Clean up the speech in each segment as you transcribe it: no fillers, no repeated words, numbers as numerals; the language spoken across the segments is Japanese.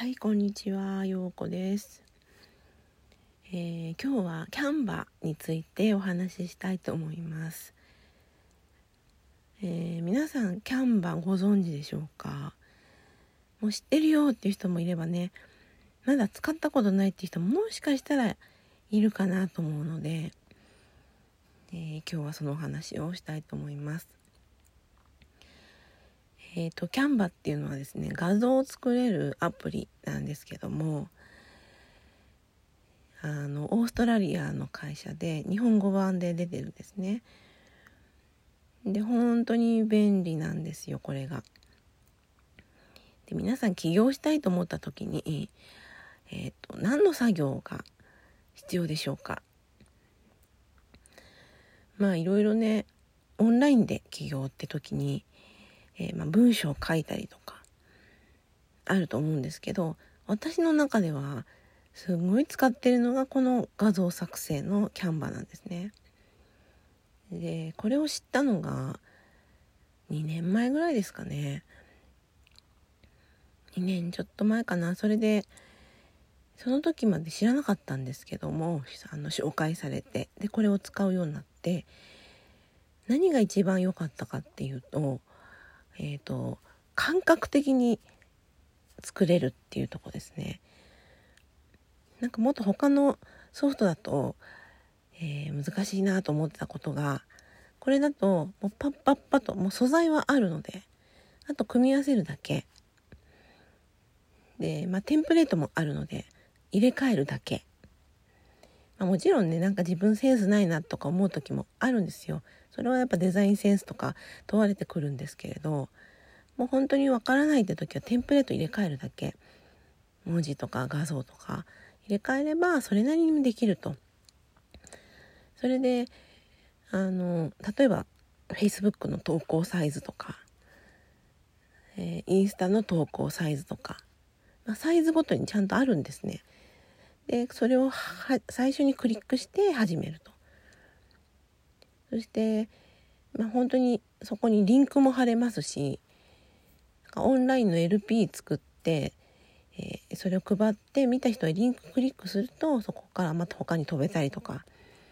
はい、こんにちは、ようこです。今日はキャンバについてお話ししたいと思います。皆さんキャンバご存知でしょうか？もう知ってるよっていう人もいればね、まだ使ったことないっていう人ももしかしたらいるかなと思うので、今日はそのお話をしたいと思います。キャンバっていうのはですね、画像を作れるアプリなんですけども、オーストラリアの会社で日本語版で出てるんですね。で、本当に便利なんですよ、これが。で、皆さん起業したいと思った時に、何の作業が必要でしょうか？いろいろね、オンラインで起業って時に、文章を書いたりとかあると思うんですけど、私の中ではすごい使ってるのがこの画像作成のキャンバなんですね。で、これを知ったのが2年前ぐらいですかね。2年ちょっと前かな。それでその時まで知らなかったんですけども、紹介されて、でこれを使うようになって、何が一番良かったかっていうと、感覚的に作れるっていうとこですね。なんかもっと他のソフトだと、難しいなと思ってたことが、これだともうパッパッパと、もう素材はあるので、あと組み合わせるだけで、テンプレートもあるので入れ替えるだけ。もちろんね、なんか自分センスないなとか思う時もあるんですよ。それはやっぱデザインセンスとか問われてくるんですけれど、もう本当にわからないって時はテンプレート入れ替えるだけ。文字とか画像とか入れ替えればそれなりにできると。それで例えば Facebook の投稿サイズとか、インスタの投稿サイズとか、サイズごとにちゃんとあるんですね。で、それを最初にクリックして始めると。そして、本当にそこにリンクも貼れますし、オンラインの LP 作って、それを配って見た人はリンククリックすると、そこからまた他に飛べたりとか、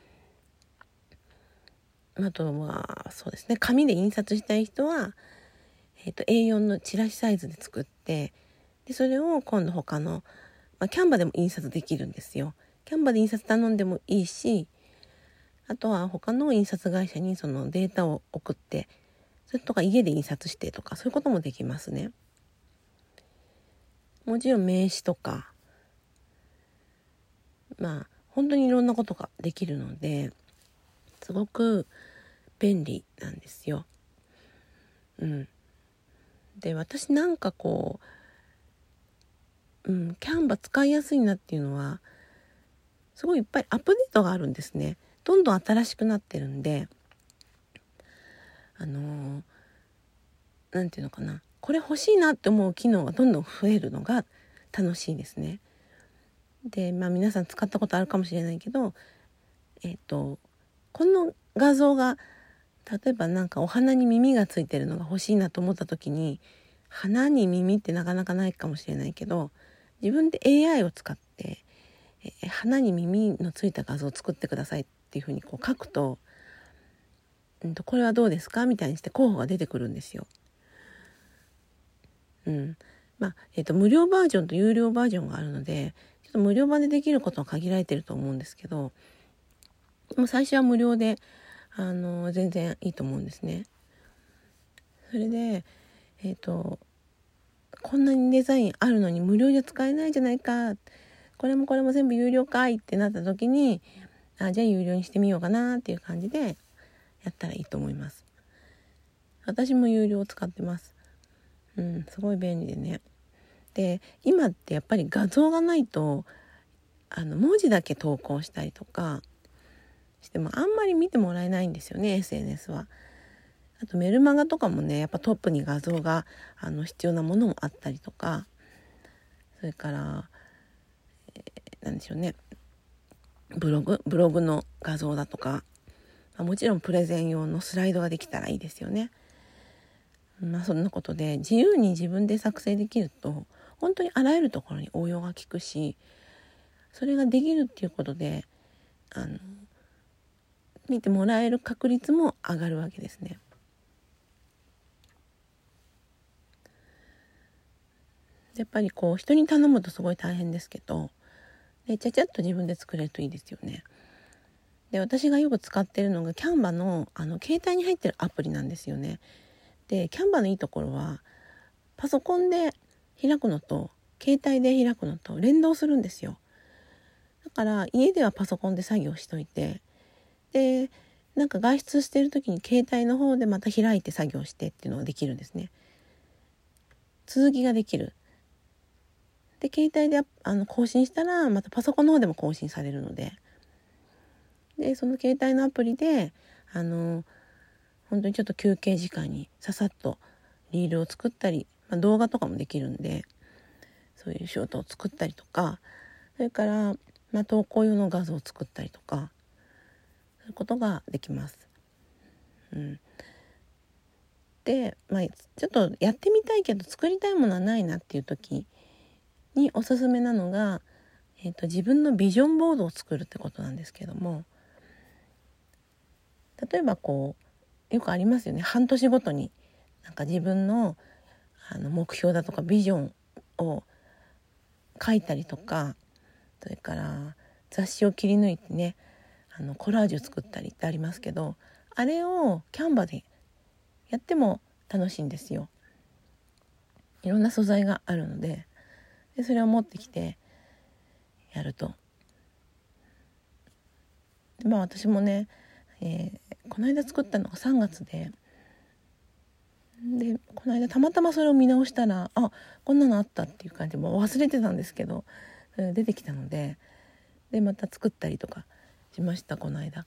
あとそうですね、紙で印刷したい人は、A4 のチラシサイズで作って、でそれを今度他の、キャンバでも印刷できるんですよ。キャンバで印刷頼んでもいいし、あとは他の印刷会社にそのデータを送って、それとか家で印刷してとか、そういうこともできますね。もちろん名刺とか、本当にいろんなことができるので、すごく便利なんですよ。で、私なんかキャンバ使いやすいなっていうのは、すごいいっぱいアップデートがあるんですね。どんどん新しくなってるんで、なんていうのかな、これ欲しいなって思う機能がどんどん増えるのが楽しいですね。で、皆さん使ったことあるかもしれないけど、この画像が、例えばなんかお花に耳がついてるのが欲しいなと思った時に、花に耳ってなかなかないかもしれないけど、自分で AI を使って、花に耳のついた画像を作ってくださいっていうふうに書くと、これはどうですかみたいにして候補が出てくるんですよ。無料バージョンと有料バージョンがあるので、ちょっと無料版でできることは限られてると思うんですけど、もう最初は無料で全然いいと思うんですね。それでこんなにデザインあるのに無料じゃ使えないじゃないか、これもこれも全部有料かいってなった時に、じゃあ有料にしてみようかなっていう感じでやったらいいと思います。私も有料を使ってます。すごい便利でね。で、今ってやっぱり画像がないと文字だけ投稿したりとかしてもあんまり見てもらえないんですよね、 SNS は。あとメルマガとかもね、やっぱトップに画像が必要なものもあったりとか、それからなんでしょうね、ブログの画像だとか、もちろんプレゼン用のスライドができたらいいですよね。そんなことで自由に自分で作成できると本当にあらゆるところに応用が効くし、それができるっていうことで見てもらえる確率も上がるわけですね。やっぱりこう人に頼むとすごい大変ですけど、ちゃちゃっと自分で作れるといいですよね。で、私がよく使ってるのがキャンバの携帯に入ってるアプリなんですよね。で、キャンバのいいところはパソコンで開くのと携帯で開くのと連動するんですよ。だから家ではパソコンで作業しといて、でなんか外出してる時に携帯の方でまた開いて作業してっていうのができるんですね。続きができる。で携帯で更新したらまたパソコンの方でも更新されるので、その携帯のアプリで本当にちょっと休憩時間にささっとリールを作ったり、動画とかもできるんで、そういうショートを作ったりとか、それから、投稿用の画像を作ったりとか、そういうことができます。で、ちょっとやってみたいけど作りたいものはないなっていう時におすすめなのが、自分のビジョンボードを作るってことなんですけども、例えばよくありますよね。半年ごとになんか自分の目標だとかビジョンを書いたりとか、それから雑誌を切り抜いてねコラージュ作ったりってありますけど、あれをキャンバでやっても楽しいんですよ。いろんな素材があるので、それを持ってきてやると、私もね、この間作ったのが3月でこの間たまたまそれを見直したら、こんなのあったっていう感じ、もう忘れてたんですけど出てきたので、また作ったりとかしました。この間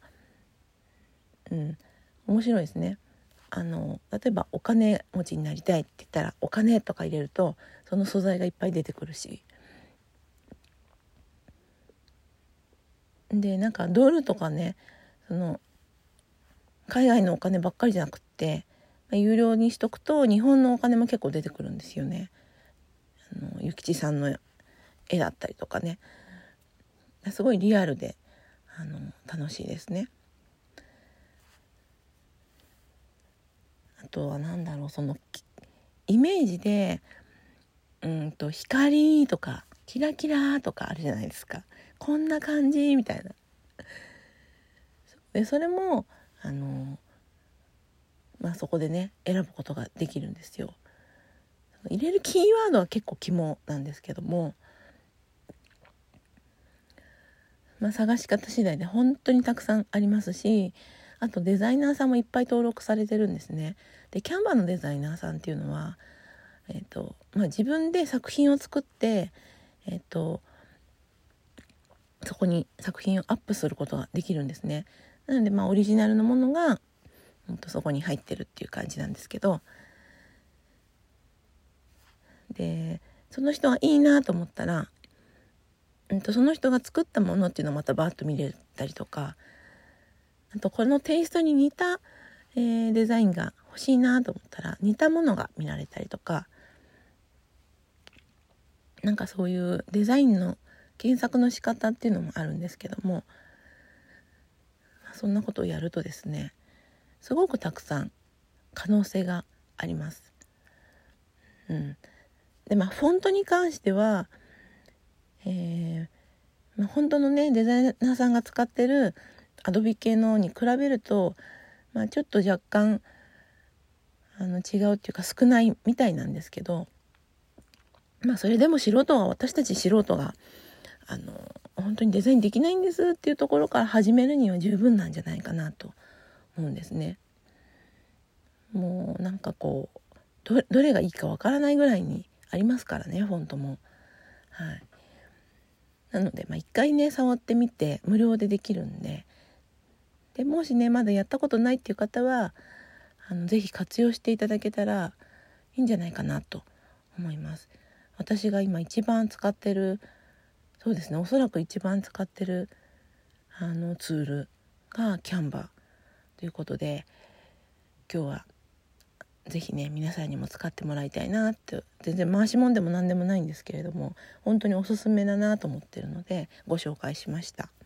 面白いですね。例えばお金持ちになりたいって言ったらお金とか入れるとその素材がいっぱい出てくるし、でなんかドルとかね、海外のお金ばっかりじゃなくって、有料にしとくと日本のお金も結構出てくるんですよね。諭吉さんの絵だったりとかね、すごいリアルで楽しいですね。あとはイメージで光とかキラキラとかあるじゃないですか。こんな感じみたいな。でそれもそこでね選ぶことができるんですよ。入れるキーワードは結構肝なんですけども、探し方次第で本当にたくさんありますし、あとデザイナーさんもいっぱい登録されてるんですね。でキャンバーのデザイナーさんっていうのは、自分で作品を作って、そこに作品をアップすることができるんですね。なのでオリジナルのものがそこに入ってるっていう感じなんですけど、でその人がいいなと思ったら、その人が作ったものっていうのをまたバーッと見れたりとか、あとこのテイストに似た、デザインが欲しいなと思ったら似たものが見られたりとか、なんかそういうデザインの検索の仕方っていうのもあるんですけども、そんなことをやるとですね、すごくたくさん可能性があります。でフォントに関しては、本当のねデザイナーさんが使ってるアドビ系のに比べると、ちょっと若干違うっていうか少ないみたいなんですけど、それでも私たち素人が本当にデザインできないんですっていうところから始めるには十分なんじゃないかなと思うんですね。もうなんかどれがいいかわからないぐらいにありますからね、フォントも。なので一回ね触ってみて無料でできるんで、もしねまだやったことないっていう方はぜひ活用していただけたらいいんじゃないかなと思います。私が今一番使ってる、そうですね、おそらく一番使ってるツールがキャンバーということで、今日はぜひね皆さんにも使ってもらいたいなって、全然回しもんでも何でもないんですけれども、本当におすすめだなと思ってるのでご紹介しました。